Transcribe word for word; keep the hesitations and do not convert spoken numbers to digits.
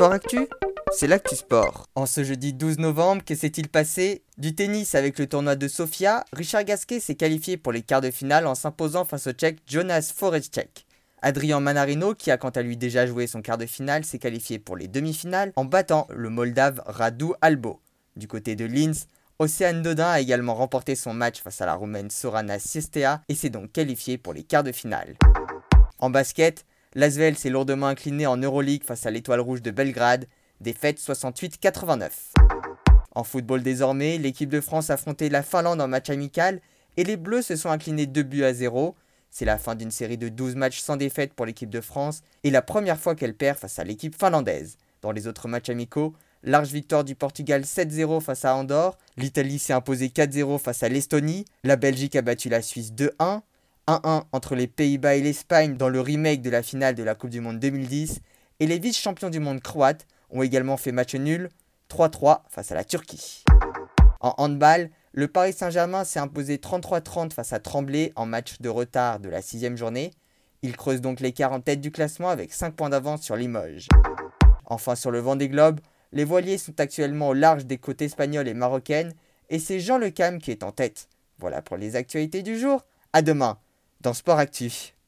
Sport Actu, c'est l'actu sport. En ce jeudi douze novembre, que s'est-il passé? Du tennis avec le tournoi de Sofia, Richard Gasquet s'est qualifié pour les quarts de finale en s'imposant face au Tchèque Jonas Foreštěk. Adrian Manarino, qui a quant à lui déjà joué son quart de finale, s'est qualifié pour les demi-finales en battant le Moldave Radu Albo. Du côté de Linz, Océane Dodin a également remporté son match face à la Roumaine Sorana Cirstea et s'est donc qualifié pour les quarts de finale. En basket, l'Asvel s'est lourdement incliné en Euroleague face à l'Étoile Rouge de Belgrade, défaite soixante-huit à quatre-vingt-neuf. En football désormais, l'équipe de France a affronté la Finlande en match amical et les Bleus se sont inclinés deux buts à zéro. C'est la fin d'une série de douze matchs sans défaite pour l'équipe de France et la première fois qu'elle perd face à l'équipe finlandaise. Dans les autres matchs amicaux, large victoire du Portugal sept zéro face à Andorre, l'Italie s'est imposée quatre zéro face à l'Estonie, la Belgique a battu la Suisse deux un, un un entre les Pays-Bas et l'Espagne dans le remake de la finale de la Coupe du Monde deux mille dix, et les vice-champions du monde croates ont également fait match nul trois trois face à la Turquie. En handball, le Paris Saint-Germain s'est imposé trente-trois à trente face à Tremblay en match de retard de la sixième journée. Il creuse donc l'écart en tête du classement avec cinq points d'avance sur Limoges. Enfin sur le Vendée Globe, les voiliers sont actuellement au large des côtes espagnoles et marocaines et c'est Jean Le Cam qui est en tête. Voilà pour les actualités du jour. À demain dans Sport Actu.